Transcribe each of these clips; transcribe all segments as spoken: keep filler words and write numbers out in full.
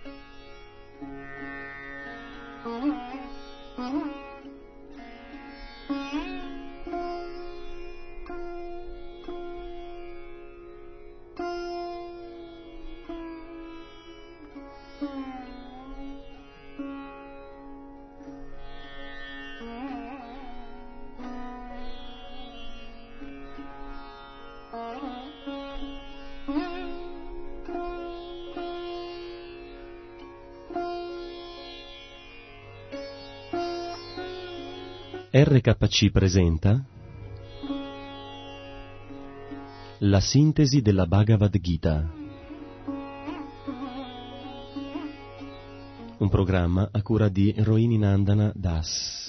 R K C presenta la sintesi della Bhagavad Gita, un programma a cura di Rohini Nandana Das.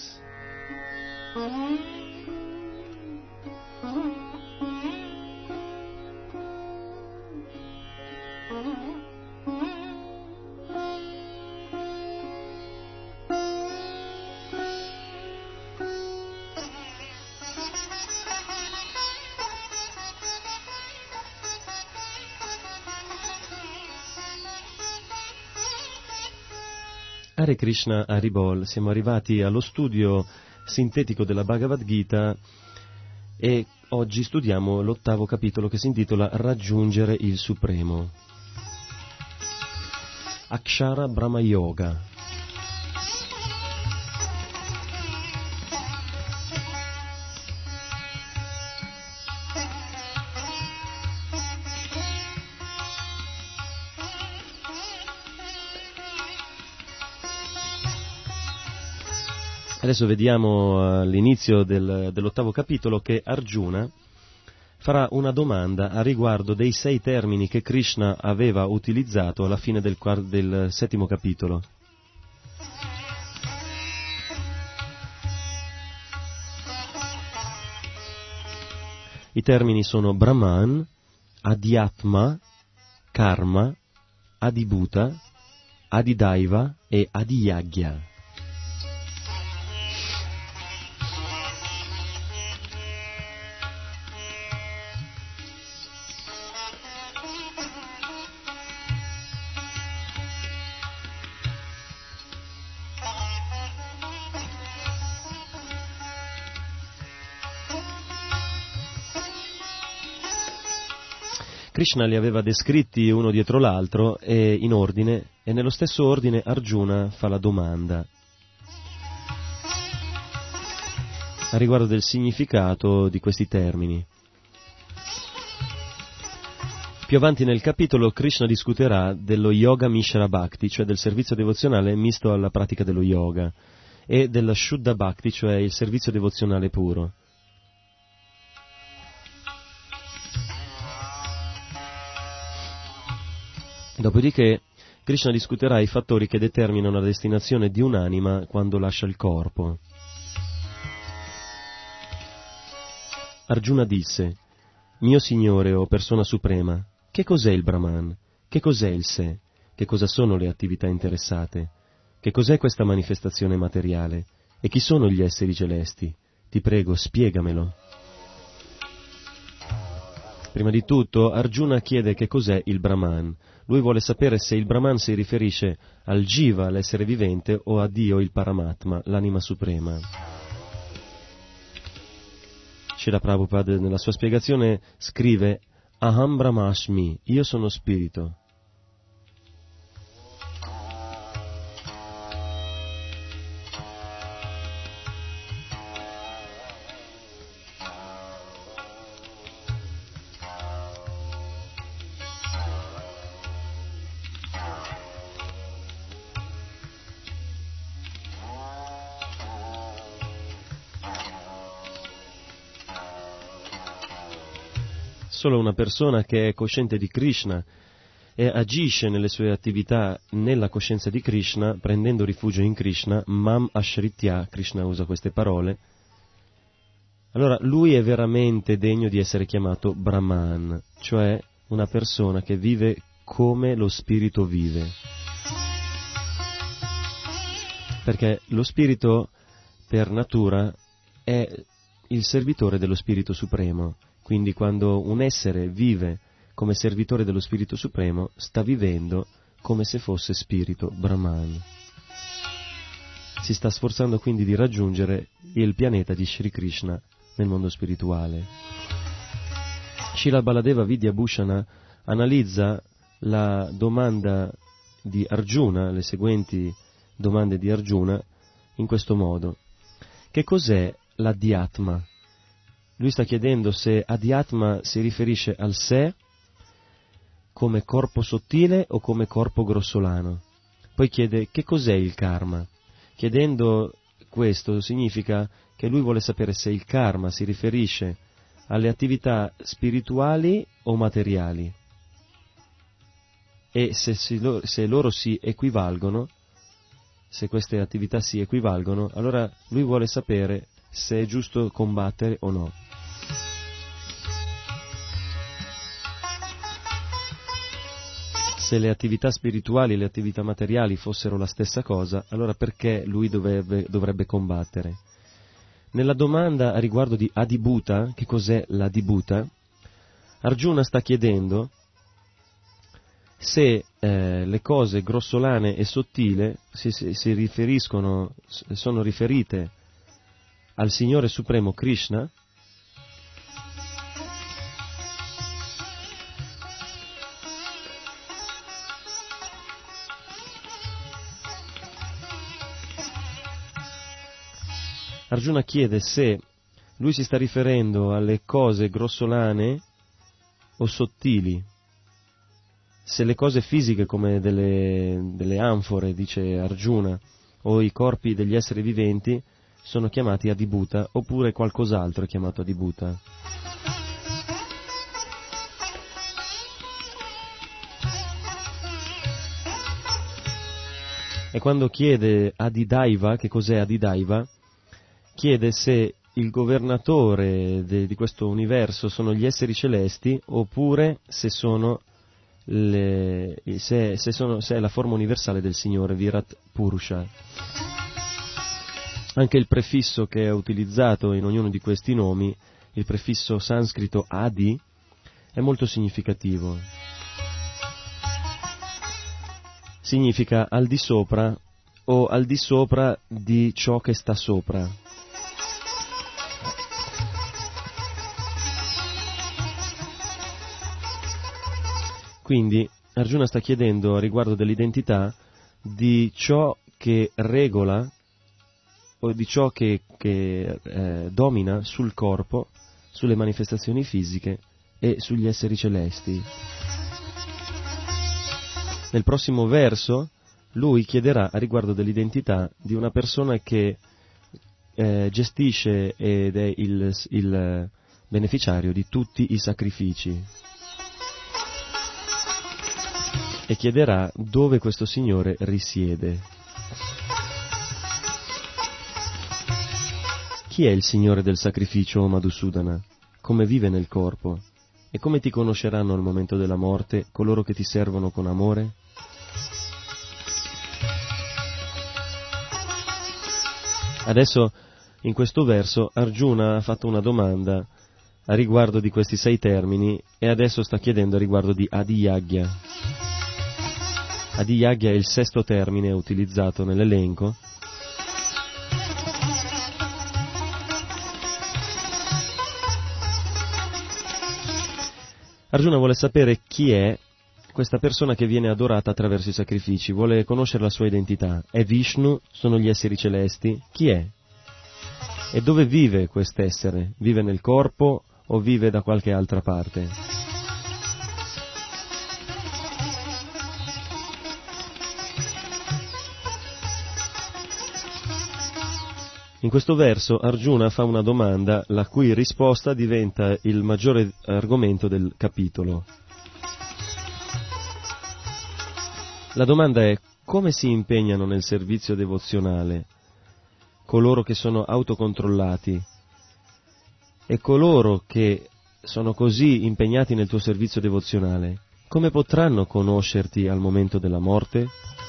Hare Krishna, Haribol, siamo arrivati allo studio sintetico della Bhagavad Gita e oggi studiamo l'ottavo capitolo che si intitola Raggiungere il Supremo. Akshara Brahma Yoga. Adesso vediamo all'inizio del, dell'ottavo capitolo che Arjuna farà una domanda a riguardo dei sei termini che Krishna aveva utilizzato alla fine del, del settimo capitolo. I termini sono Brahman, Adhyatma, Karma, Adibhuta, Adidaiva e Adiyagya. Krishna li aveva descritti uno dietro l'altro e in ordine, e nello stesso ordine Arjuna fa la domanda a riguardo del significato di questi termini. Più avanti nel capitolo Krishna discuterà dello Yoga Mishra Bhakti, cioè del servizio devozionale misto alla pratica dello yoga, e della Shuddha Bhakti, cioè il servizio devozionale puro. Dopodiché Krishna discuterà i fattori che determinano la destinazione di un'anima quando lascia il corpo. Arjuna disse: Mio Signore o Persona Suprema, che cos'è il Brahman? Che cos'è il sé? Che cosa sono le attività interessate? Che cos'è questa manifestazione materiale? E chi sono gli esseri celesti? Ti prego, spiegamelo. Prima di tutto, Arjuna chiede che cos'è il Brahman. Lui vuole sapere se il Brahman si riferisce al Jiva, l'essere vivente, o a Dio, il Paramatma, l'anima suprema. Srila Prabhupada nella sua spiegazione scrive: Aham Brahmasmi, io sono spirito. Solo una persona che è cosciente di Krishna e agisce nelle sue attività nella coscienza di Krishna, prendendo rifugio in Krishna, Mam Ashritya, Krishna usa queste parole, allora lui è veramente degno di essere chiamato Brahman, cioè una persona che vive come lo spirito vive. Perché lo spirito, per natura, è il servitore dello Spirito Supremo. Quindi quando un essere vive come servitore dello Spirito Supremo, sta vivendo come se fosse spirito Brahman. Si sta sforzando quindi di raggiungere il pianeta di Sri Krishna nel mondo spirituale. Srila Baladeva Vidyabhushana analizza la domanda di Arjuna, le seguenti domande di Arjuna, in questo modo. Che cos'è l'Adhyatma? Lui sta chiedendo se Adhyatma si riferisce al sé come corpo sottile o come corpo grossolano. Poi chiede che cos'è il karma. Chiedendo questo significa che lui vuole sapere se il karma si riferisce alle attività spirituali o materiali e se, si, se loro si equivalgono, se queste attività si equivalgono, allora lui vuole sapere se è giusto combattere o no. Se le attività spirituali e le attività materiali fossero la stessa cosa, allora perché lui dovrebbe, dovrebbe combattere? Nella domanda a riguardo di Adibhuta, che cos'è l'Adibhuta, Arjuna sta chiedendo se eh, le cose grossolane e sottile si, si, si riferiscono, sono riferite al Signore Supremo Krishna, Arjuna chiede se lui si sta riferendo alle cose grossolane o sottili, se le cose fisiche come delle, delle anfore, dice Arjuna, o i corpi degli esseri viventi sono chiamati Adibhuta, oppure qualcos'altro è chiamato Adibhuta. E quando chiede Adidaiva, che cos'è Adidaiva, chiede se il governatore de, di questo universo sono gli esseri celesti oppure se sono le, se, se, sono, se è la forma universale del Signore, Virat Purusha. Anche il prefisso che è utilizzato in ognuno di questi nomi, il prefisso sanscrito Adi, è molto significativo. Significa al di sopra o al di sopra di ciò che sta sopra. Quindi Arjuna sta chiedendo a riguardo dell'identità di ciò che regola o di ciò che, che eh, domina sul corpo, sulle manifestazioni fisiche e sugli esseri celesti. Nel prossimo verso lui chiederà a riguardo dell'identità di una persona che eh, gestisce ed è il, il beneficiario di tutti i sacrifici. E chiederà dove questo Signore risiede. Chi è il Signore del sacrificio, o Madhusudana? Come vive nel corpo? E come ti conosceranno al momento della morte coloro che ti servono con amore? Adesso, in questo verso, Arjuna ha fatto una domanda a riguardo di questi sei termini e adesso sta chiedendo a riguardo di Adiyagya. Adiyagya è il sesto termine utilizzato nell'elenco. Arjuna vuole sapere chi è questa persona che viene adorata attraverso i sacrifici, vuole conoscere la sua identità. È Vishnu? Sono gli esseri celesti? Chi è? E dove vive quest'essere? Vive nel corpo o vive da qualche altra parte? In questo verso Arjuna fa una domanda la cui risposta diventa il maggiore argomento del capitolo. La domanda è: come si impegnano nel servizio devozionale coloro che sono autocontrollati e coloro che sono così impegnati nel tuo servizio devozionale? Come potranno conoscerti al momento della morte?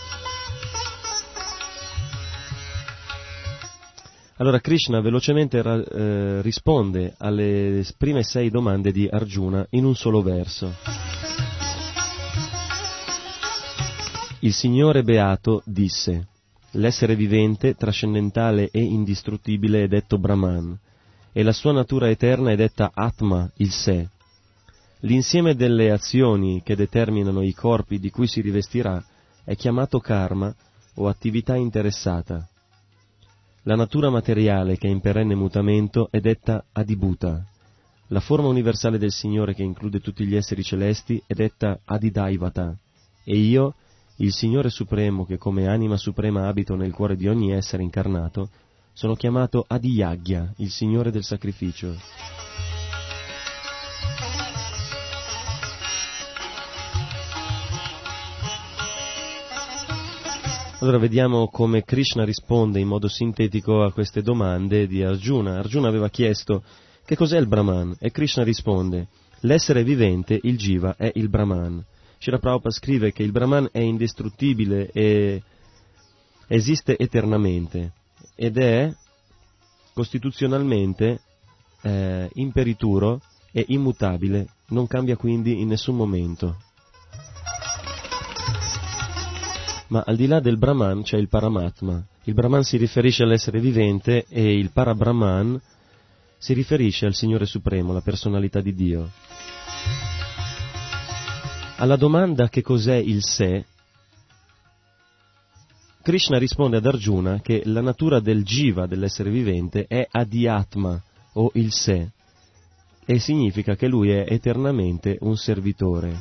Allora Krishna velocemente eh, risponde alle prime sei domande di Arjuna in un solo verso. Il Signore Beato disse: l'essere vivente, trascendentale e indistruttibile è detto Brahman, e la sua natura eterna è detta Atma, il sé. L'insieme delle azioni che determinano i corpi di cui si rivestirà è chiamato karma o attività interessata. La natura materiale che è in perenne mutamento è detta Adibhuta. La forma universale del Signore che include tutti gli esseri celesti è detta Adidaivata. E io, il Signore Supremo che come anima suprema abito nel cuore di ogni essere incarnato, sono chiamato Adiyagya, il Signore del sacrificio. Allora vediamo come Krishna risponde in modo sintetico a queste domande di Arjuna. Arjuna aveva chiesto: che cos'è il Brahman? E Krishna risponde: l'essere vivente, il Jiva, è il Brahman. Srila Prabhupada scrive che il Brahman è indistruttibile e esiste eternamente ed è costituzionalmente eh, imperituro e immutabile, non cambia quindi in nessun momento. Ma al di là del Brahman c'è il Paramatma. Il Brahman si riferisce all'essere vivente e il Parabrahman si riferisce al Signore Supremo, la personalità di Dio. Alla domanda che cos'è il sé, Krishna risponde ad Arjuna che la natura del Jiva, dell'essere vivente, è Adhyatma, o il sé, e significa che lui è eternamente un servitore.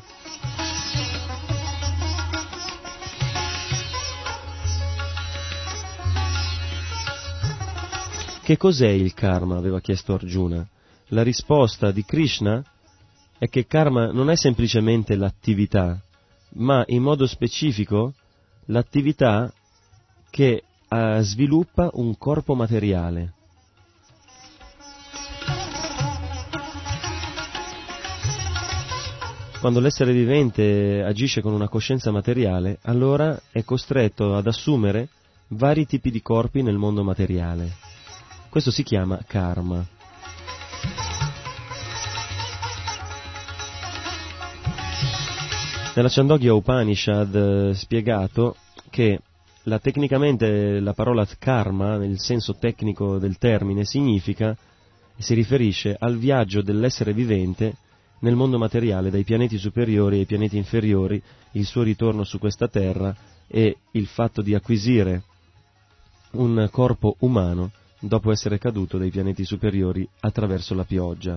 Che cos'è il karma? Aveva chiesto Arjuna. La risposta di Krishna è che karma non è semplicemente l'attività, ma in modo specifico l'attività che uh, sviluppa un corpo materiale. Quando l'essere vivente agisce con una coscienza materiale, allora è costretto ad assumere vari tipi di corpi nel mondo materiale. Questo si chiama karma. Nella Chandogya Upanishad è spiegato che la, tecnicamente la parola karma, nel senso tecnico del termine, significa e si riferisce al viaggio dell'essere vivente nel mondo materiale, dai pianeti superiori ai pianeti inferiori, il suo ritorno su questa terra e il fatto di acquisire un corpo umano dopo essere caduto dai pianeti superiori attraverso la pioggia.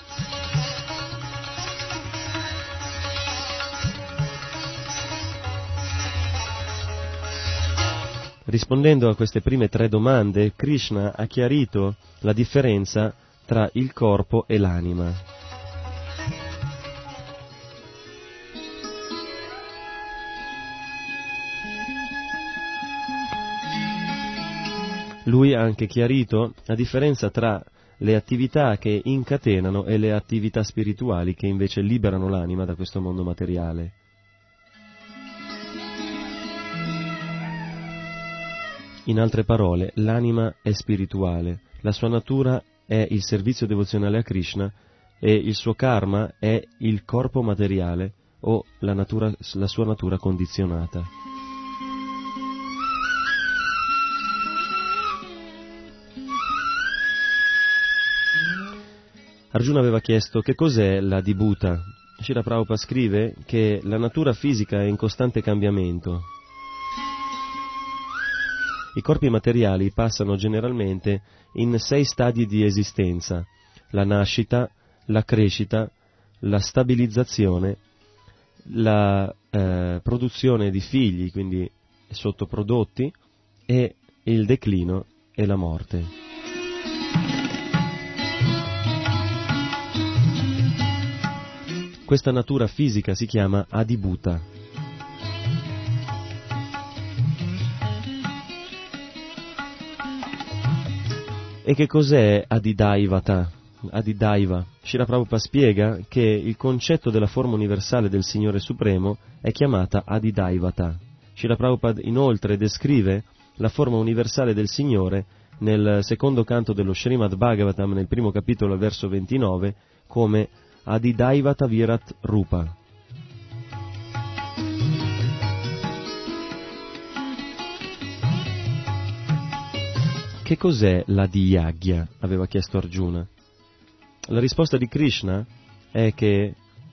Rispondendo a queste prime tre domande, Krishna ha chiarito la differenza tra il corpo e l'anima. Lui ha anche chiarito la differenza tra le attività che incatenano e le attività spirituali che invece liberano l'anima da questo mondo materiale. In altre parole, l'anima è spirituale, la sua natura è il servizio devozionale a Krishna e il suo karma è il corpo materiale o la, natura, la sua natura condizionata. Arjuna aveva chiesto che cos'è la Adibhuta. Srila Prabhupada scrive che la natura fisica è in costante cambiamento. I corpi materiali passano generalmente in sei stadi di esistenza: la nascita, la crescita, la stabilizzazione, la eh, produzione di figli, quindi sottoprodotti, e il declino e la morte. Questa natura fisica si chiama Adibhuta. E che cos'è Adidaivata? Adidaiva. Srila Prabhupada spiega che il concetto della forma universale del Signore Supremo è chiamata Adidaivata. Srila Prabhupada inoltre descrive la forma universale del Signore nel secondo canto dello Srimad Bhagavatam, nel primo capitolo, verso ventinove, come Adidaivata Virat Rupa. che cos'è l'Adiyagya? Aveva chiesto Arjuna. La risposta di Krishna è che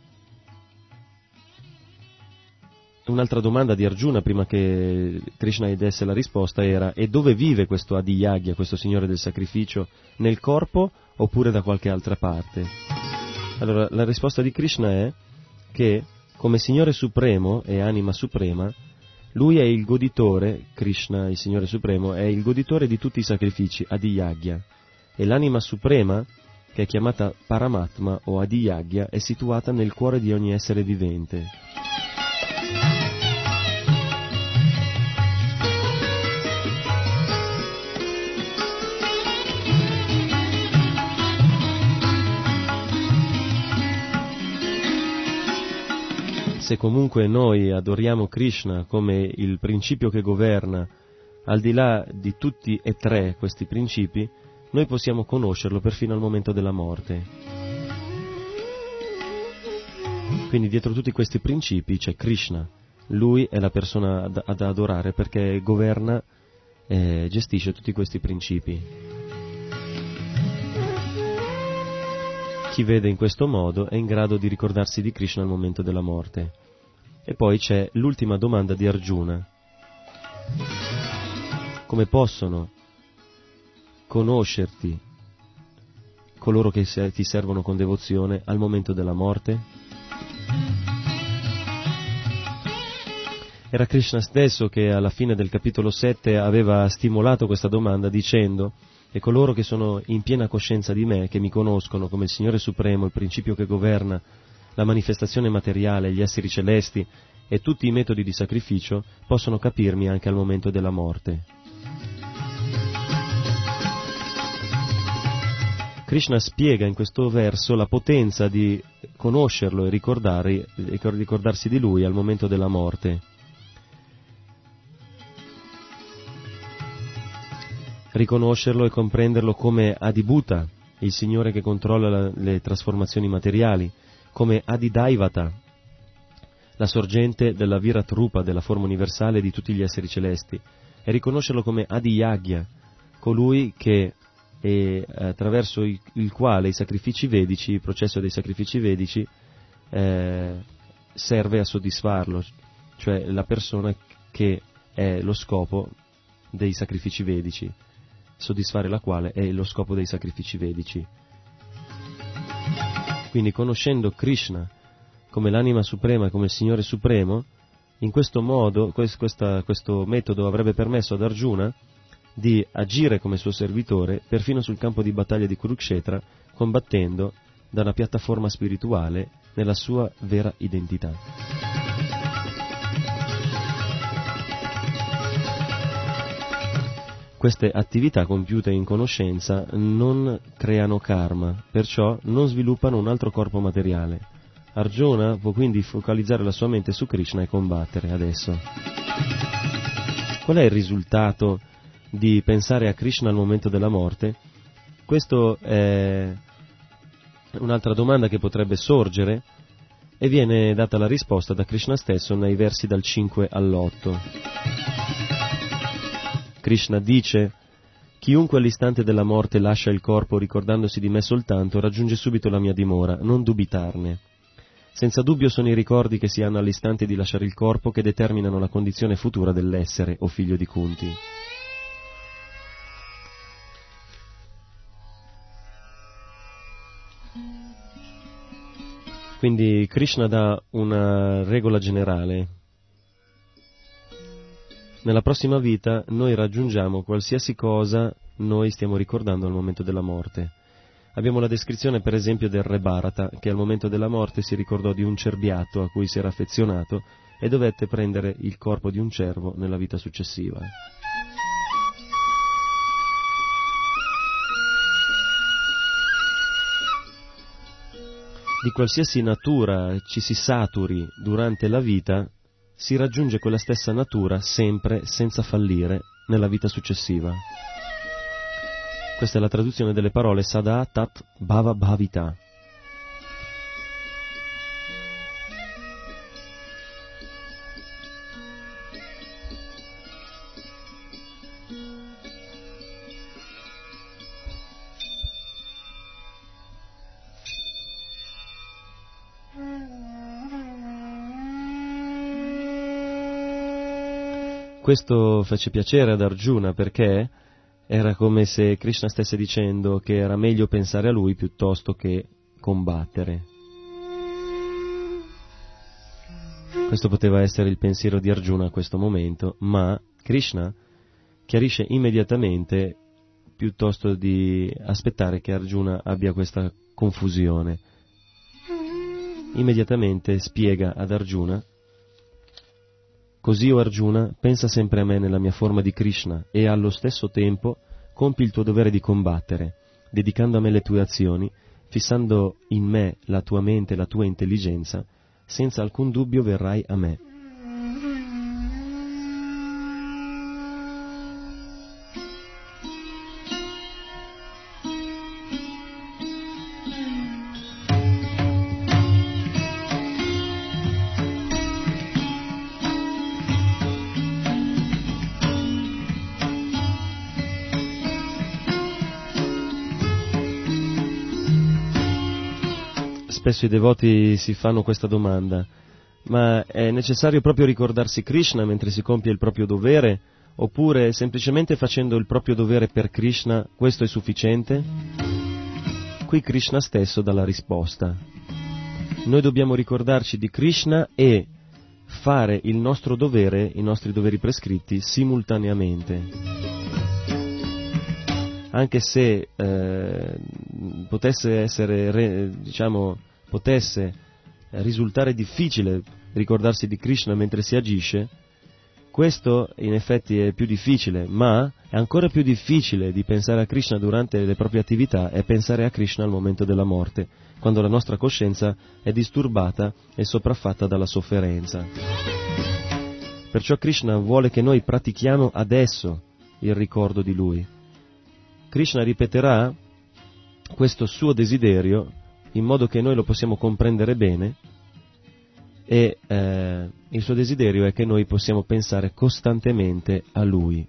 un'altra domanda di Arjuna prima che Krishna gli desse la risposta era: e dove vive questo Adiyagya, questo signore del sacrificio? Nel corpo oppure da qualche altra parte? Allora la risposta di Krishna è che come Signore Supremo e Anima Suprema lui è il goditore, Krishna il Signore Supremo è il goditore di tutti i sacrifici, Adiyagya, e l'Anima Suprema, che è chiamata Paramatma o Adiyagya, è situata nel cuore di ogni essere vivente. Se comunque noi adoriamo Krishna come il principio che governa, al di là di tutti e tre questi principi, noi possiamo conoscerlo perfino al momento della morte. Quindi dietro tutti questi principi c'è Krishna, lui è la persona ad, ad adorare perché governa e gestisce tutti questi principi. Chi vede in questo modo è in grado di ricordarsi di Krishna al momento della morte. E poi c'è l'ultima domanda di Arjuna. Come possono conoscerti coloro che ti servono con devozione al momento della morte? Era Krishna stesso che alla fine del capitolo sette aveva stimolato questa domanda dicendo: e coloro che sono in piena coscienza di me, che mi conoscono come il Signore Supremo, il principio che governa la manifestazione materiale, gli esseri celesti e tutti i metodi di sacrificio, possono capirmi anche al momento della morte. Krishna spiega in questo verso la potenza di conoscerlo e ricordare, ricordarsi di lui al momento della morte. Riconoscerlo e comprenderlo come Adibhuta, il Signore che controlla la, le trasformazioni materiali, come Adidaivata, la sorgente della Virat Rupa, della forma universale di tutti gli esseri celesti, e riconoscerlo come Adiyagya, colui che è, attraverso il, il quale i sacrifici vedici, il processo dei sacrifici vedici, eh, serve a soddisfarlo, cioè la persona che è lo scopo dei sacrifici vedici, soddisfare la quale è lo scopo dei sacrifici vedici. Quindi conoscendo Krishna come l'anima suprema, come il Signore Supremo, in questo modo, questa, questo metodo avrebbe permesso ad Arjuna di agire come suo servitore perfino sul campo di battaglia di Kurukshetra, combattendo da una piattaforma spirituale nella sua vera identità. Queste attività compiute in conoscenza non creano karma, perciò non sviluppano un altro corpo materiale. Arjuna può quindi focalizzare la sua mente su Krishna e combattere adesso. Qual è il risultato di pensare a Krishna al momento della morte? Questo è un'altra domanda che potrebbe sorgere e viene data la risposta da Krishna stesso nei versi dal cinque all'otto. Krishna dice: chiunque all'istante della morte lascia il corpo ricordandosi di me soltanto raggiunge subito la mia dimora, non dubitarne. Senza dubbio sono i ricordi che si hanno all'istante di lasciare il corpo che determinano la condizione futura dell'essere, o figlio di Kunti. Quindi Krishna dà una regola generale. Nella prossima vita noi raggiungiamo qualsiasi cosa noi stiamo ricordando al momento della morte. Abbiamo la descrizione per esempio del re Bharata, che al momento della morte si ricordò di un cerbiatto a cui si era affezionato e dovette prendere il corpo di un cervo nella vita successiva. Di qualsiasi natura ci si saturi durante la vita, si raggiunge quella stessa natura sempre senza fallire nella vita successiva. Questa è la traduzione delle parole Sada Tat Bhava Bhavita. Questo fece piacere ad Arjuna perché era come se Krishna stesse dicendo che era meglio pensare a lui piuttosto che combattere. Questo poteva essere il pensiero di Arjuna a questo momento, ma Krishna chiarisce immediatamente piuttosto di aspettare che Arjuna abbia questa confusione. Immediatamente spiega ad Arjuna: così, o Arjuna, pensa sempre a me nella mia forma di Krishna e allo stesso tempo compi il tuo dovere di combattere, dedicando a me le tue azioni, fissando in me la tua mente e la tua intelligenza, senza alcun dubbio verrai a me. Spesso i devoti si fanno questa domanda: ma è necessario proprio ricordarsi Krishna mentre si compie il proprio dovere, oppure semplicemente facendo il proprio dovere per Krishna questo è sufficiente? Qui Krishna stesso dà la risposta. Noi dobbiamo ricordarci di Krishna e fare il nostro dovere, i nostri doveri prescritti, simultaneamente. Anche se eh, potesse essere, re, diciamo, potesse risultare difficile ricordarsi di Krishna mentre si agisce, questo in effetti è più difficile, ma è ancora più difficile di pensare a Krishna durante le proprie attività e pensare a Krishna al momento della morte, quando la nostra coscienza è disturbata e sopraffatta dalla sofferenza. Perciò Krishna vuole che noi pratichiamo adesso il ricordo di Lui. Krishna ripeterà questo suo desiderio in modo che noi lo possiamo comprendere bene e eh, il suo desiderio è che noi possiamo pensare costantemente a Lui.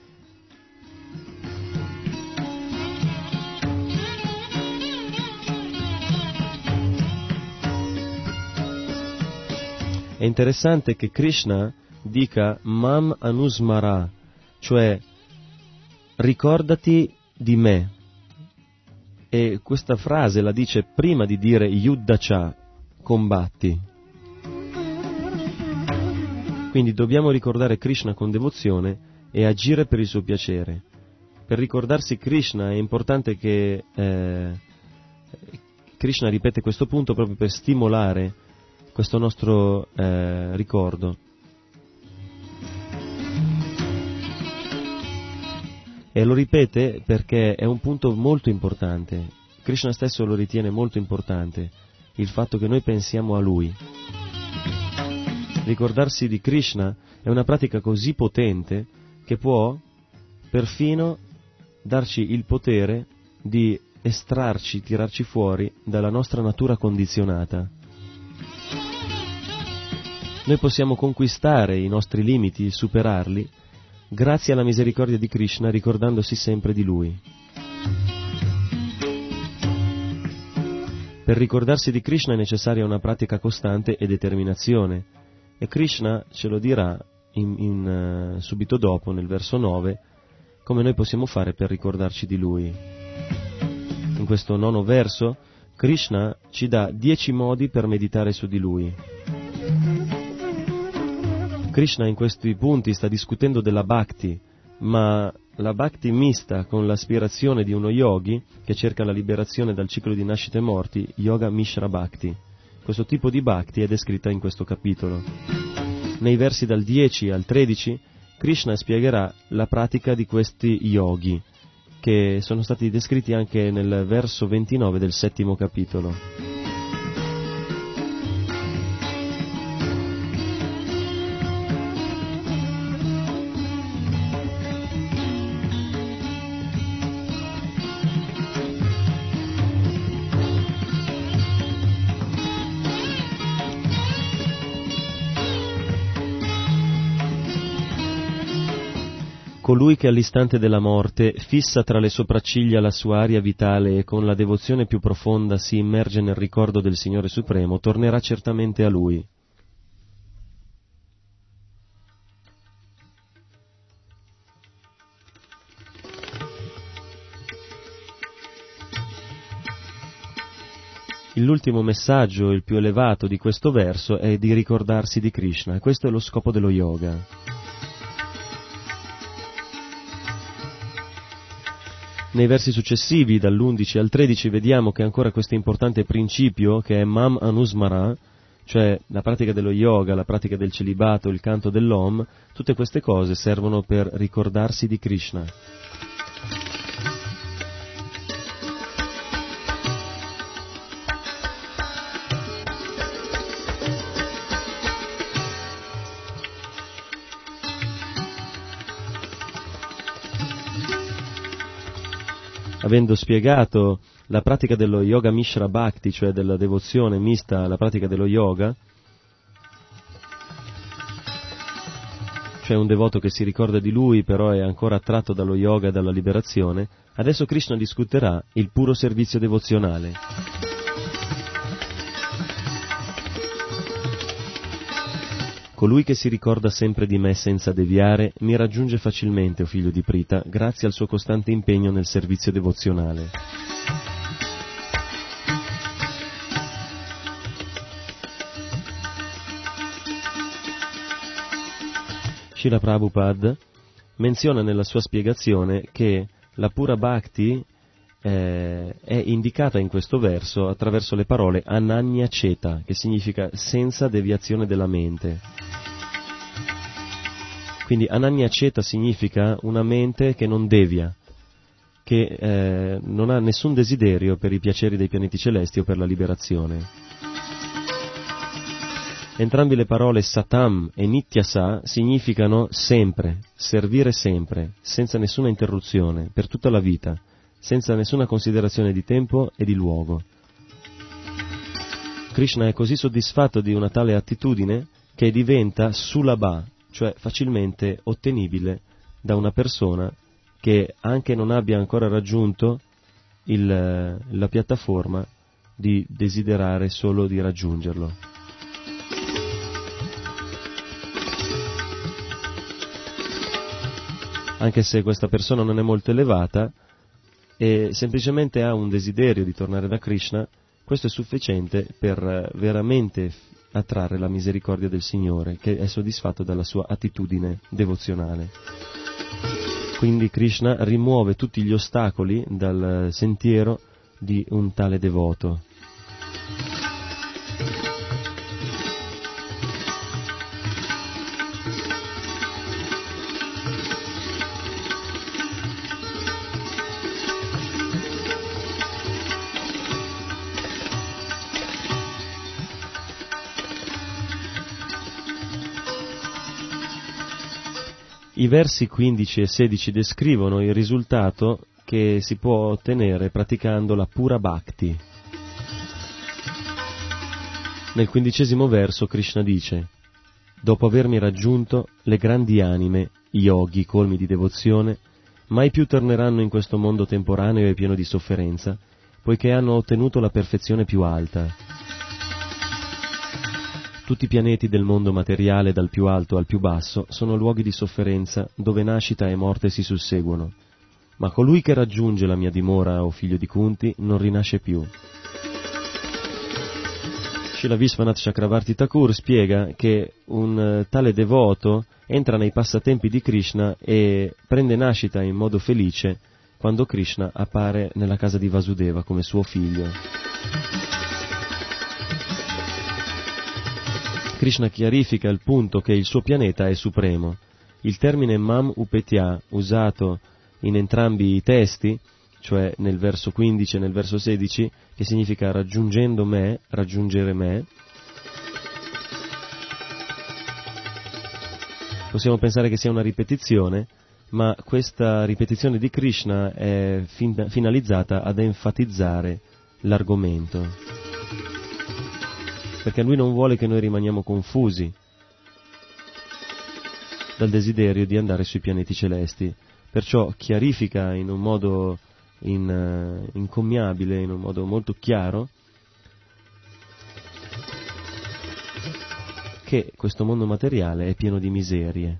È interessante che Krishna dica Mam Anusmara, cioè ricordati di me, e questa frase la dice prima di dire Yuddhacha, combatti. Quindi dobbiamo ricordare Krishna con devozione e agire per il suo piacere. Per ricordarsi Krishna è importante che eh, Krishna ripete questo punto proprio per stimolare questo nostro eh, ricordo. E lo ripete perché è un punto molto importante. Krishna stesso lo ritiene molto importante, il fatto che noi pensiamo a Lui. Ricordarsi di Krishna è una pratica così potente che può perfino darci il potere di estrarci, tirarci fuori dalla nostra natura condizionata. Noi possiamo conquistare i nostri limiti, superarli, grazie alla misericordia di Krishna, ricordandosi sempre di Lui. Per ricordarsi di Krishna è necessaria una pratica costante e determinazione, e Krishna ce lo dirà in, in, uh, subito dopo, nel verso nove, come noi possiamo fare per ricordarci di Lui. In questo nono verso, Krishna ci dà dieci modi per meditare su di Lui. Krishna in questi punti sta discutendo della bhakti, ma la bhakti mista con l'aspirazione di uno yogi che cerca la liberazione dal ciclo di nascite e morti, yoga mishra bhakti. Questo tipo di bhakti è descritta in questo capitolo. Nei versi dal dieci al tredici, Krishna spiegherà la pratica di questi yogi, che sono stati descritti anche nel verso ventinove del settimo capitolo. Colui che all'istante della morte fissa tra le sopracciglia la sua aria vitale e con la devozione più profonda si immerge nel ricordo del Signore Supremo, tornerà certamente a Lui. l'ultimo messaggio, il più elevato di questo verso, è di ricordarsi di Krishna, e questo è lo scopo dello yoga. Nei versi successivi, dall'undici al tredici, vediamo che ancora questo importante principio, che è Mam Anusmara, cioè la pratica dello yoga, la pratica del celibato, il canto dell'Om, tutte queste cose servono per ricordarsi di Krishna. Avendo spiegato la pratica dello yoga mishra bhakti, cioè della devozione mista alla pratica dello yoga, cioè un devoto che si ricorda di lui però è ancora attratto dallo yoga e dalla liberazione, adesso Krishna discuterà il puro servizio devozionale. Colui che si ricorda sempre di me senza deviare mi raggiunge facilmente, o figlio di Prita, grazie al suo costante impegno nel servizio devozionale. Srila Prabhupada menziona nella sua spiegazione che la pura bhakti eh, è indicata in questo verso attraverso le parole ananya ceta, che significa senza deviazione della mente. Quindi ananya ceta significa una mente che non devia, che eh, non ha nessun desiderio per i piaceri dei pianeti celesti o per la liberazione. Entrambe le parole satam e nityasa significano sempre, servire sempre, senza nessuna interruzione, per tutta la vita, senza nessuna considerazione di tempo e di luogo. Krishna è così soddisfatto di una tale attitudine che diventa sulabha, cioè facilmente ottenibile da una persona che anche non abbia ancora raggiunto il, la piattaforma di desiderare solo di raggiungerlo. Anche se questa persona non è molto elevata e semplicemente ha un desiderio di tornare da Krishna, questo è sufficiente per veramente attrarre la misericordia del Signore, che è soddisfatto dalla sua attitudine devozionale. Quindi Krishna rimuove tutti gli ostacoli dal sentiero di un tale devoto. I versi quindici e sedici descrivono il risultato che si può ottenere praticando la pura bhakti. Nel quindicesimo verso Krishna dice: dopo avermi raggiunto, le grandi anime, yogi colmi di devozione, mai più torneranno in questo mondo temporaneo e pieno di sofferenza, poiché hanno ottenuto la perfezione più alta. Tutti i pianeti del mondo materiale, dal più alto al più basso, sono luoghi di sofferenza dove nascita e morte si susseguono. Ma colui che raggiunge la mia dimora, o figlio di Kunti, non rinasce più. Srila Vishwanath Chakravarti Thakur spiega che un tale devoto entra nei passatempi di Krishna e prende nascita in modo felice quando Krishna appare nella casa di Vasudeva come suo figlio. Krishna chiarifica il punto che il suo pianeta è supremo. Il termine Mam Upetya, usato in entrambi i testi, cioè nel verso quindici e nel verso sedici, che significa raggiungendo me, raggiungere me, possiamo pensare che sia una ripetizione, ma questa ripetizione di Krishna è fin- finalizzata ad enfatizzare l'argomento, perché lui non vuole che noi rimaniamo confusi dal desiderio di andare sui pianeti celesti, perciò chiarifica in un modo in, uh, incommiabile, in un modo molto chiaro, che questo mondo materiale è pieno di miserie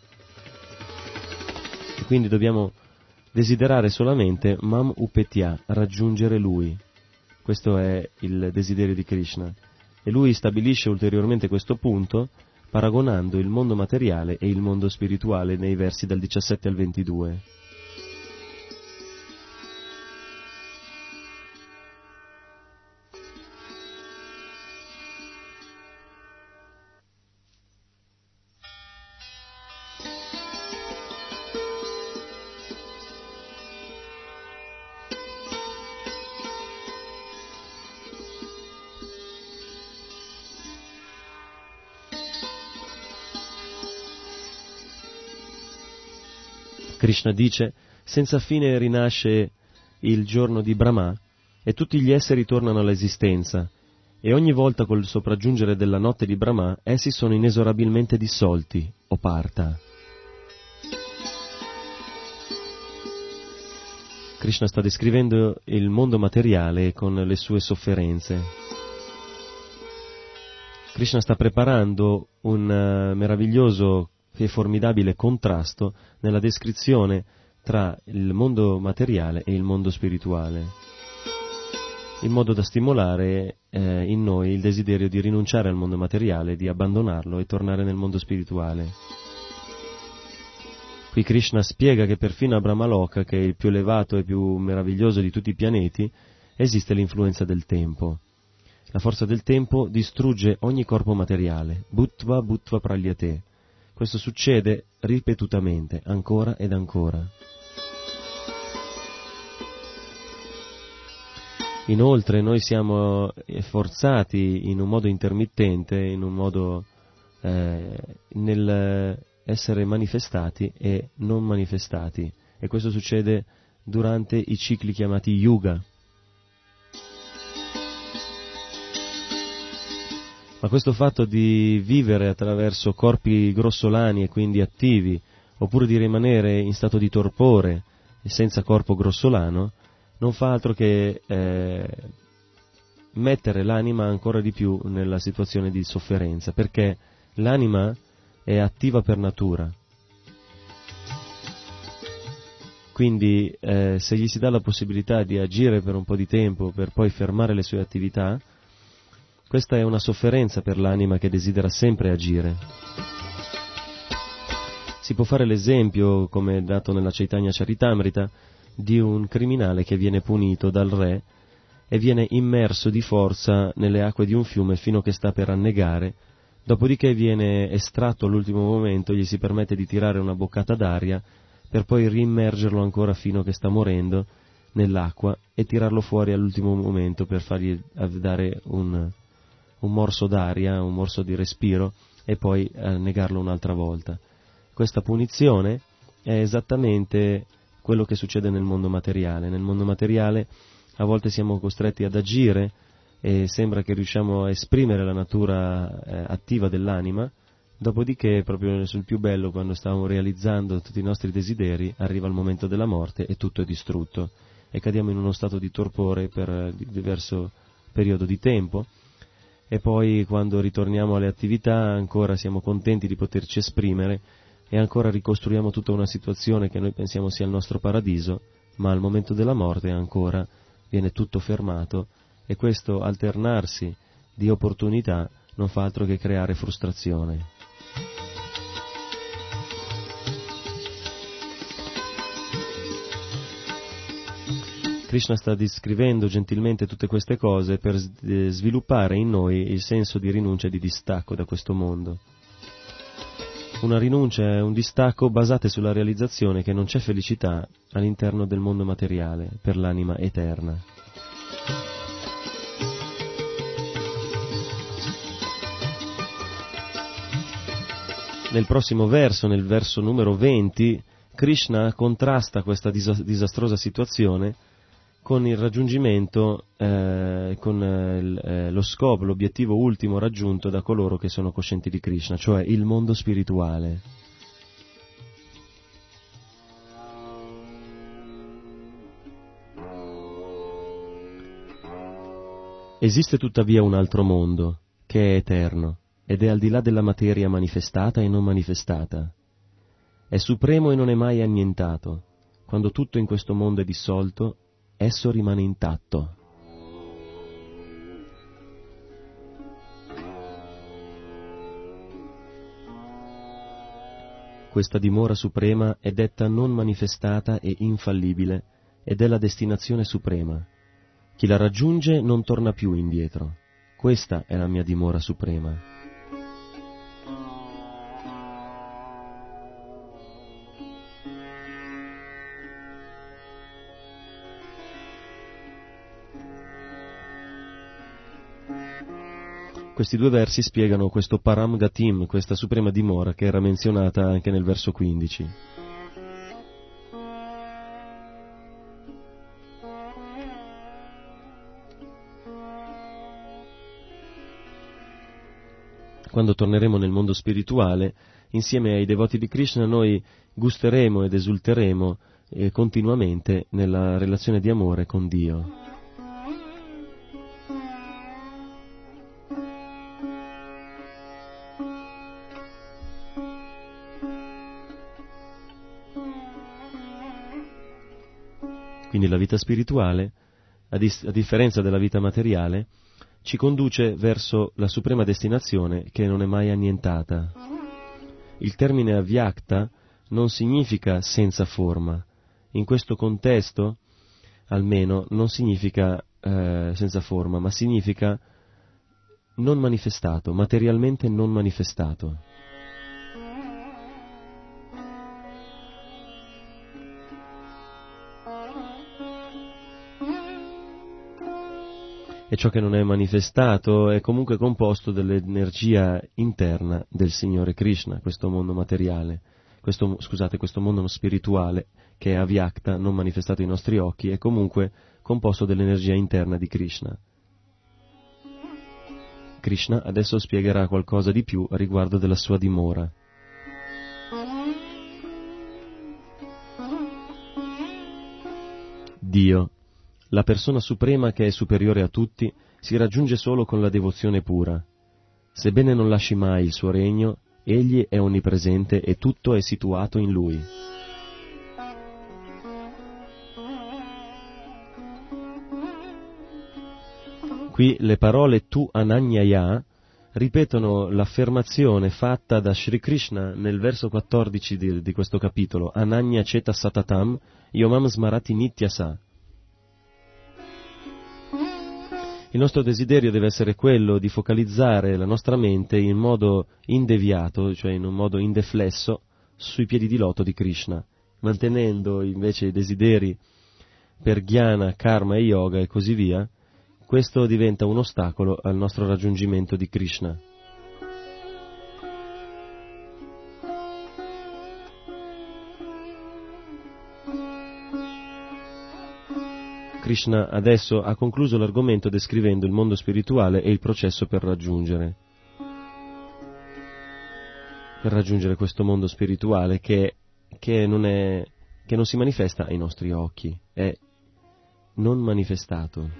e quindi dobbiamo desiderare solamente Mam Upetya, raggiungere lui, Questo è il desiderio di Krishna. E lui stabilisce ulteriormente questo punto paragonando il mondo materiale e il mondo spirituale nei versi dal diciassette al ventidue. Krishna dice: senza fine rinasce il giorno di Brahma e tutti gli esseri tornano all'esistenza, e ogni volta col sopraggiungere della notte di Brahma essi sono inesorabilmente dissolti, o parta. Krishna sta descrivendo il mondo materiale con le sue sofferenze. Krishna sta preparando un uh, meraviglioso e formidabile contrasto nella descrizione tra il mondo materiale e il mondo spirituale, in modo da stimolare eh, in noi il desiderio di rinunciare al mondo materiale, di abbandonarlo e tornare nel mondo spirituale. Qui Krishna spiega che perfino a Brahmaloka, che è il più elevato e più meraviglioso di tutti i pianeti, esiste l'influenza del tempo. La forza del tempo distrugge ogni corpo materiale, bhuttva bhuttva pralyate. Questo succede ripetutamente, ancora ed ancora. Inoltre noi siamo forzati in un modo intermittente, in un modo eh, nel essere manifestati e non manifestati, e questo succede durante i cicli chiamati yuga. Ma questo fatto di vivere attraverso corpi grossolani e quindi attivi, oppure di rimanere in stato di torpore e senza corpo grossolano, non fa altro che eh, mettere l'anima ancora di più nella situazione di sofferenza, perché l'anima è attiva per natura. Quindi eh, se gli si dà la possibilità di agire per un po' di tempo per poi fermare le sue attività, questa è una sofferenza per l'anima che desidera sempre agire. Si può fare l'esempio, come dato nella Chaitanya Charitamrita, di un criminale che viene punito dal re e viene immerso di forza nelle acque di un fiume fino che sta per annegare, dopodiché viene estratto all'ultimo momento, gli si permette di tirare una boccata d'aria per poi riimmergerlo ancora fino che sta morendo nell'acqua e tirarlo fuori all'ultimo momento per fargli dare un... un morso d'aria, un morso di respiro, e poi annegarlo un'altra volta. Questa punizione è esattamente quello che succede nel mondo materiale. Nel mondo materiale a volte siamo costretti ad agire e sembra che riusciamo a esprimere la natura eh, attiva dell'anima, dopodiché, proprio sul più bello, quando stiamo realizzando tutti i nostri desideri, arriva il momento della morte e tutto è distrutto e cadiamo in uno stato di torpore per diverso periodo di tempo. E poi quando ritorniamo alle attività ancora siamo contenti di poterci esprimere e ancora ricostruiamo tutta una situazione che noi pensiamo sia il nostro paradiso, ma al momento della morte ancora viene tutto fermato, e questo alternarsi di opportunità non fa altro che creare frustrazione. Krishna sta descrivendo gentilmente tutte queste cose per sviluppare in noi il senso di rinuncia e di distacco da questo mondo. Una rinuncia è un distacco basate sulla realizzazione che non c'è felicità all'interno del mondo materiale per l'anima eterna. Nel prossimo verso, nel verso numero venti, Krishna contrasta questa dis- disastrosa situazione con il raggiungimento, eh, con eh, lo scopo, l'obiettivo ultimo raggiunto da coloro che sono coscienti di Krishna, cioè il mondo spirituale. Esiste tuttavia un altro mondo, che è eterno, ed è al di là della materia manifestata e non manifestata. È supremo e non è mai annientato. Quando tutto in questo mondo è dissolto, esso rimane intatto. Questa dimora suprema è detta non manifestata e infallibile ed è la destinazione suprema. Chi la raggiunge non torna più indietro. Questa è la mia dimora suprema. Questi due versi spiegano questo Param Gatim, questa suprema dimora che era menzionata anche nel verso quindici. Quando torneremo nel mondo spirituale, insieme ai devoti di Krishna, noi gusteremo ed esulteremo eh, continuamente nella relazione di amore con Dio. Quindi la vita spirituale, a, dis- a differenza della vita materiale, ci conduce verso la suprema destinazione che non è mai annientata. Il termine avyakta non significa senza forma. In questo contesto, almeno, non significa eh, senza forma, ma significa non manifestato, materialmente non manifestato. E ciò che non è manifestato è comunque composto dall'energia interna del Signore Krishna, questo mondo materiale, questo, scusate, questo mondo spirituale che è avyakta, non manifestato ai nostri occhi, è comunque composto dall'energia interna di Krishna. Krishna adesso spiegherà qualcosa di più a riguardo della sua dimora. Dio, la persona suprema che è superiore a tutti, si raggiunge solo con la devozione pura. Sebbene non lasci mai il suo regno, egli è onnipresente e tutto è situato in lui. Qui le parole tu ananyaya ripetono l'affermazione fatta da Sri Krishna nel verso quattordici di, di questo capitolo, Ananya Cheta Satatam Yomam Smarati Nityasa. Il nostro desiderio deve essere quello di focalizzare la nostra mente in modo indeviato, cioè in un modo indeflesso, sui piedi di loto di Krishna, mantenendo invece i desideri per jnana, karma e yoga e così via. Questo diventa un ostacolo al nostro raggiungimento di Krishna. Krishna adesso ha concluso l'argomento descrivendo il mondo spirituale e il processo per raggiungere per raggiungere questo mondo spirituale che, che, non è, che non si manifesta ai nostri occhi, è non manifestato.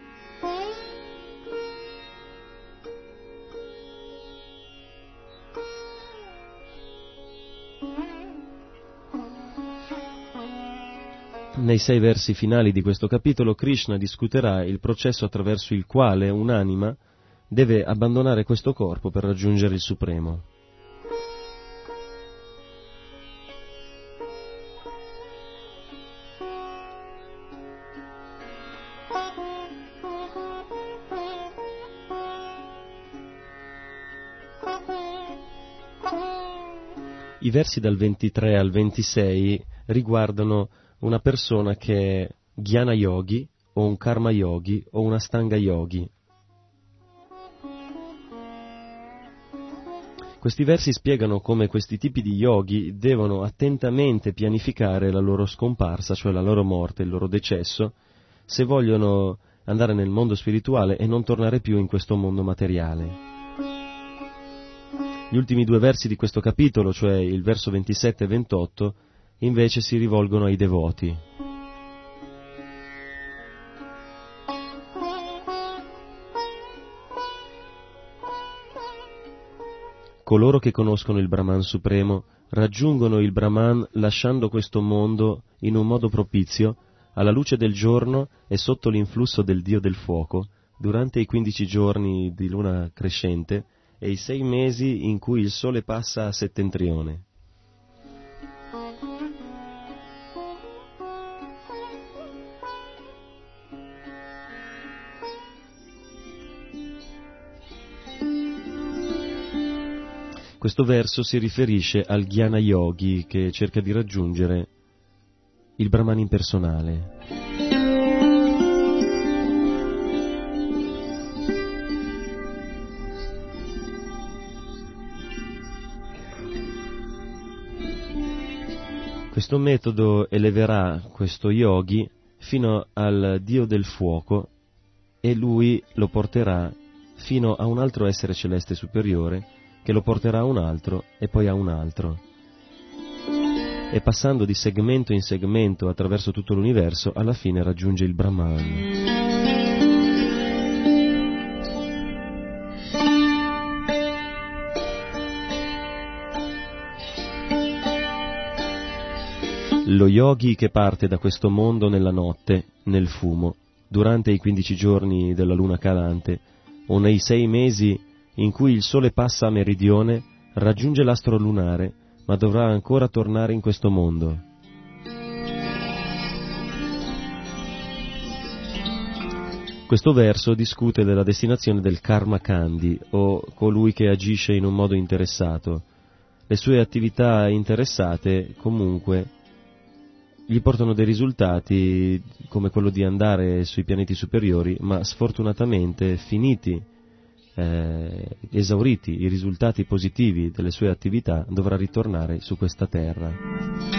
Nei sei versi finali di questo capitolo, Krishna discuterà il processo attraverso il quale un'anima deve abbandonare questo corpo per raggiungere il Supremo. I versi dal ventitré al ventisei riguardano una persona che è Jnana Yogi, o un Karma Yogi, o una Stanga Yogi. Questi versi spiegano come questi tipi di yogi devono attentamente pianificare la loro scomparsa, cioè la loro morte, il loro decesso, se vogliono andare nel mondo spirituale e non tornare più in questo mondo materiale. Gli ultimi due versi di questo capitolo, cioè il verso ventisette e ventotto, invece si rivolgono ai devoti. Coloro che conoscono il Brahman Supremo raggiungono il Brahman lasciando questo mondo in un modo propizio, alla luce del giorno e sotto l'influsso del Dio del fuoco, durante i quindici giorni di luna crescente e i sei mesi in cui il sole passa a settentrione. Questo verso si riferisce al Jnana Yogi che cerca di raggiungere il Brahman impersonale. Questo metodo eleverà questo yogi fino al Dio del fuoco e lui lo porterà fino a un altro essere celeste superiore che lo porterà a un altro e poi a un altro. E passando di segmento in segmento attraverso tutto l'universo, alla fine raggiunge il Brahman. Lo yogi che parte da questo mondo nella notte, nel fumo, durante i quindici giorni della luna calante, o nei sei mesi in cui il sole passa a meridione, raggiunge l'astro lunare, ma dovrà ancora tornare in questo mondo. Questo verso discute della destinazione del karma kandi, o colui che agisce in un modo interessato. Le sue attività interessate, comunque, gli portano dei risultati come quello di andare sui pianeti superiori, ma sfortunatamente finiti, eh, esauriti i risultati positivi delle sue attività, dovrà ritornare su questa terra.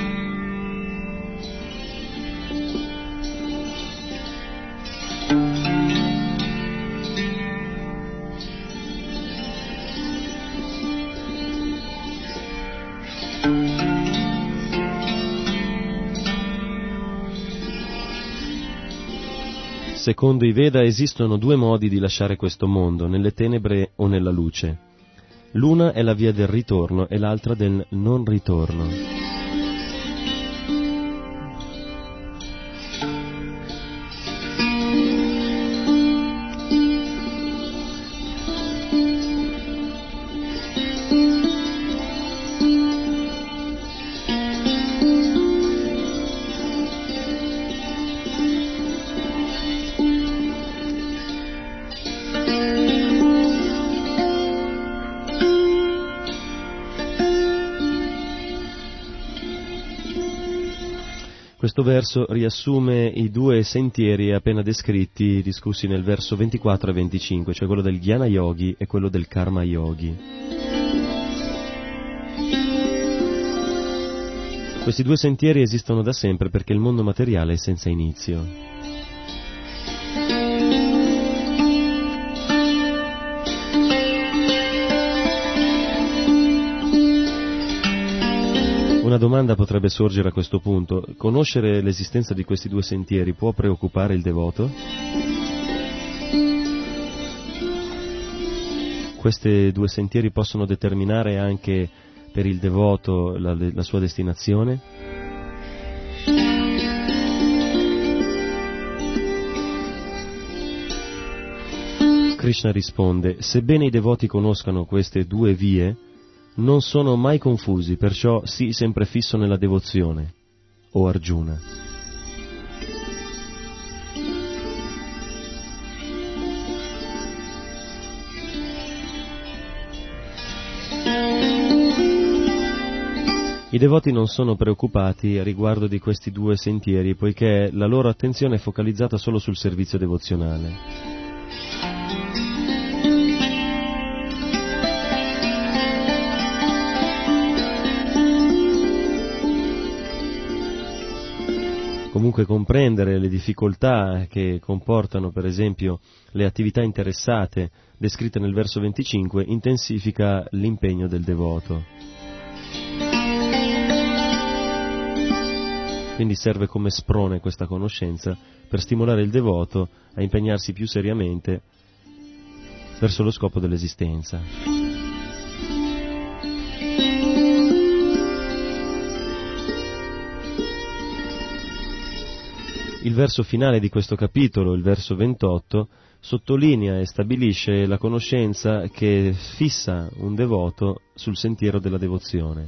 Secondo i Veda esistono due modi di lasciare questo mondo, nelle tenebre o nella luce. L'una è la via del ritorno e l'altra del non ritorno. Questo verso riassume i due sentieri appena descritti, discussi nel verso ventiquattro e venticinque, cioè quello del Jnana Yogi e quello del Karma Yogi. Questi due sentieri esistono da sempre perché il mondo materiale è senza inizio. Una domanda potrebbe sorgere a questo punto. Conoscere l'esistenza di questi due sentieri può preoccupare il devoto? Questi due sentieri possono determinare anche per il devoto la, la sua destinazione? Krishna risponde: sebbene i devoti conoscano queste due vie, non sono mai confusi, perciò sii sempre fisso nella devozione, o Arjuna. I devoti non sono preoccupati a riguardo di questi due sentieri, poiché la loro attenzione è focalizzata solo sul servizio devozionale. Comunque comprendere le difficoltà che comportano, per esempio, le attività interessate descritte nel verso venticinque intensifica l'impegno del devoto. Quindi serve come sprone questa conoscenza per stimolare il devoto a impegnarsi più seriamente verso lo scopo dell'esistenza. Il verso finale di questo capitolo, il verso ventotto, sottolinea e stabilisce la conoscenza che fissa un devoto sul sentiero della devozione.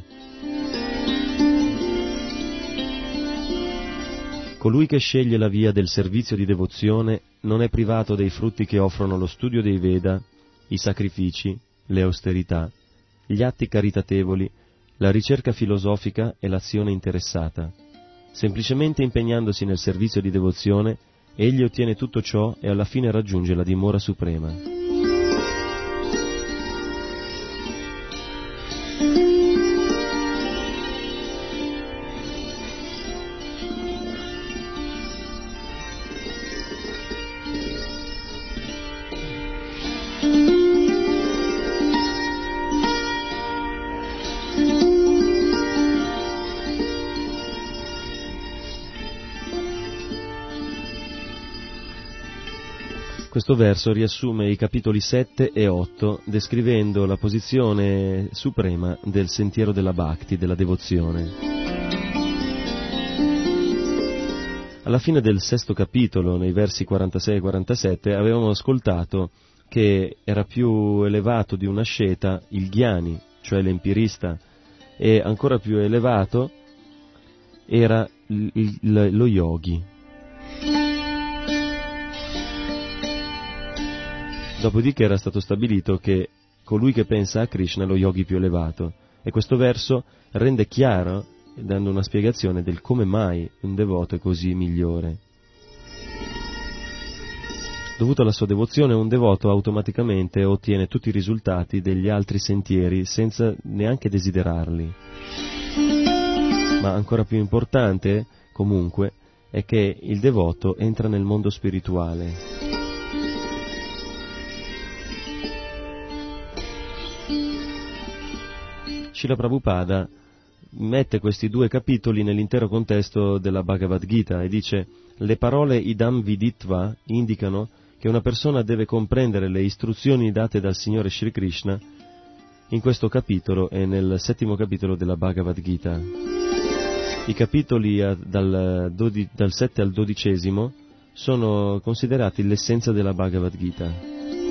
Colui che sceglie la via del servizio di devozione non è privato dei frutti che offrono lo studio dei Veda, i sacrifici, le austerità, gli atti caritatevoli, la ricerca filosofica e l'azione interessata. Semplicemente impegnandosi nel servizio di devozione, egli ottiene tutto ciò e alla fine raggiunge la dimora suprema. Questo verso riassume i capitoli sette e otto, descrivendo la posizione suprema del sentiero della Bhakti, della devozione. Alla fine del sesto capitolo, nei versi quarantasei e quarantasette, avevamo ascoltato che era più elevato di una asceta il Jnani, cioè l'empirista, e ancora più elevato era il, il, lo yogi. Dopodiché era stato stabilito che colui che pensa a Krishna è lo yogi più elevato, e questo verso rende chiaro, dando una spiegazione del come mai un devoto è così migliore. Dovuto alla sua devozione, un devoto automaticamente ottiene tutti i risultati degli altri sentieri senza neanche desiderarli. Ma ancora più importante, comunque, è che il devoto entra nel mondo spirituale. Srila Prabhupada mette questi due capitoli nell'intero contesto della Bhagavad Gita e dice: le parole idam viditva indicano che una persona deve comprendere le istruzioni date dal Signore Shri Krishna in questo capitolo e nel settimo capitolo della Bhagavad Gita. I capitoli dal, dodi, dal sette al dodicesimo sono considerati l'essenza della Bhagavad Gita.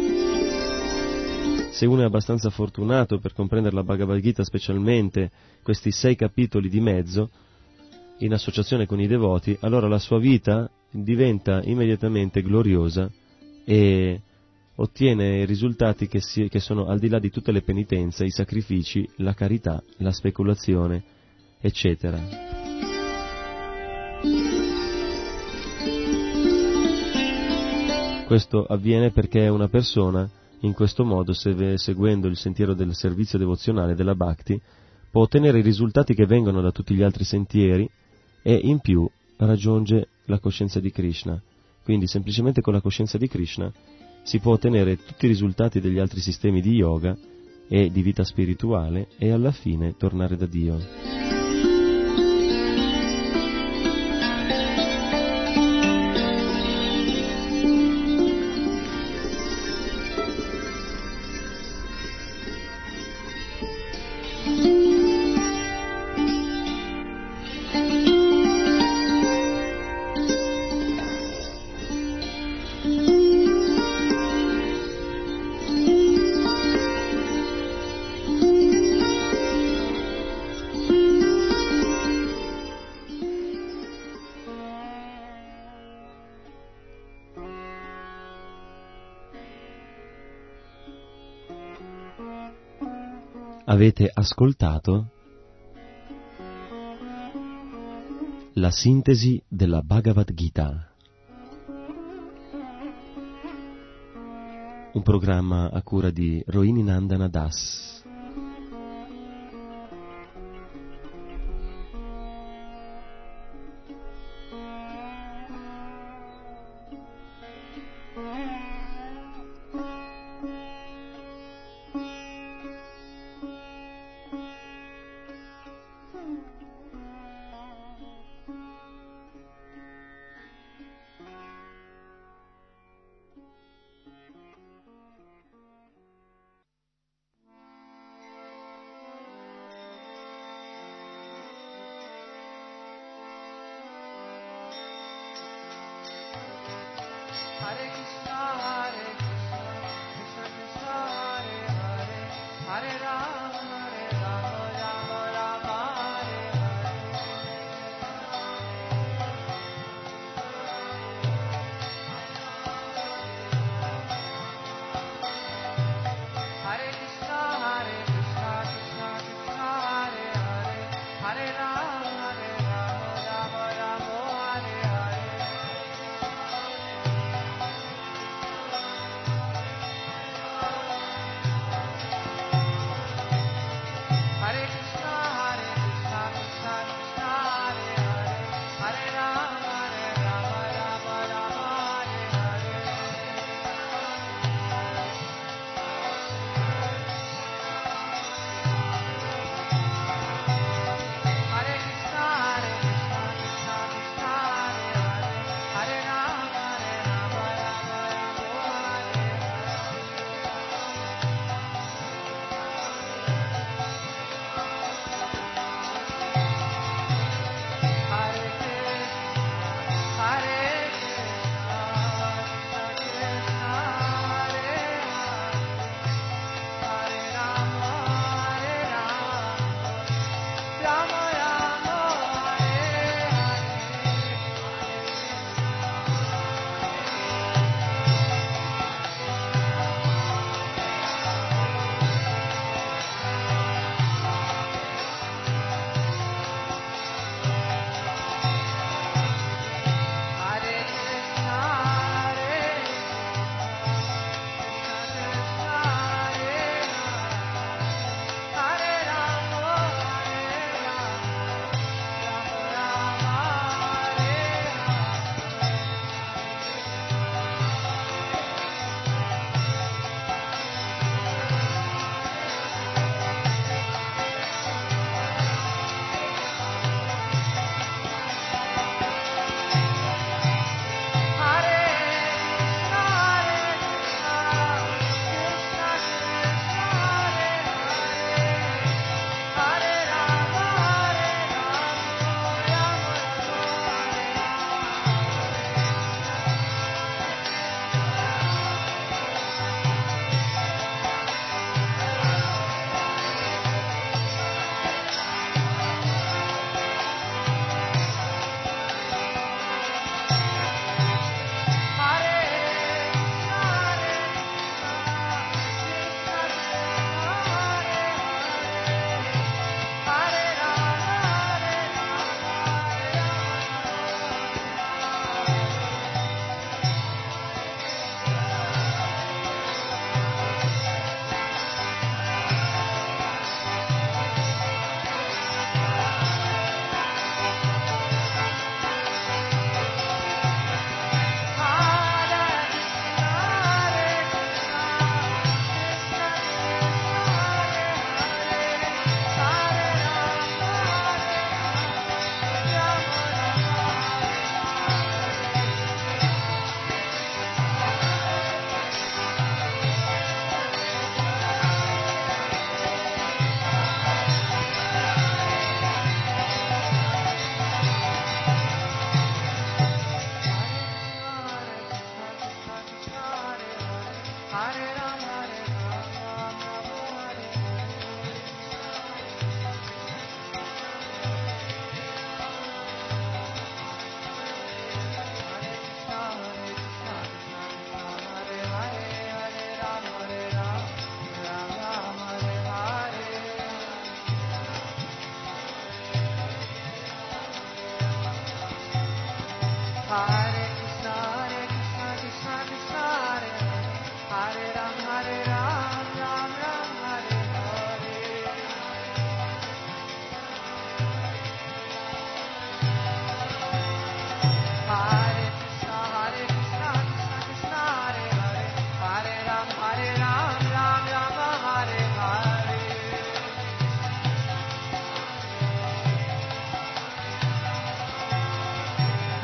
Se uno è abbastanza fortunato per comprendere la Bhagavad Gita, specialmente questi sei capitoli di mezzo, in associazione con i devoti, allora la sua vita diventa immediatamente gloriosa e ottiene risultati che, si, che sono al di là di tutte le penitenze, i sacrifici, la carità, la speculazione, eccetera. Questo avviene perché una persona, in questo modo, seguendo il sentiero del servizio devozionale della Bhakti, può ottenere i risultati che vengono da tutti gli altri sentieri e in più raggiunge la coscienza di Krishna. Quindi semplicemente con la coscienza di Krishna si può ottenere tutti i risultati degli altri sistemi di yoga e di vita spirituale e alla fine tornare da Dio. Avete ascoltato la sintesi della Bhagavad Gita, un programma a cura di Rohini Nandana Das. Hare Krishna, Hare Krishna, Krishna Krishna, Hare Hare, Hare Rama, Hare Rama, Rama Rama, Hare Hare. Hare Krishna, Hare Krishna,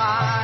Hare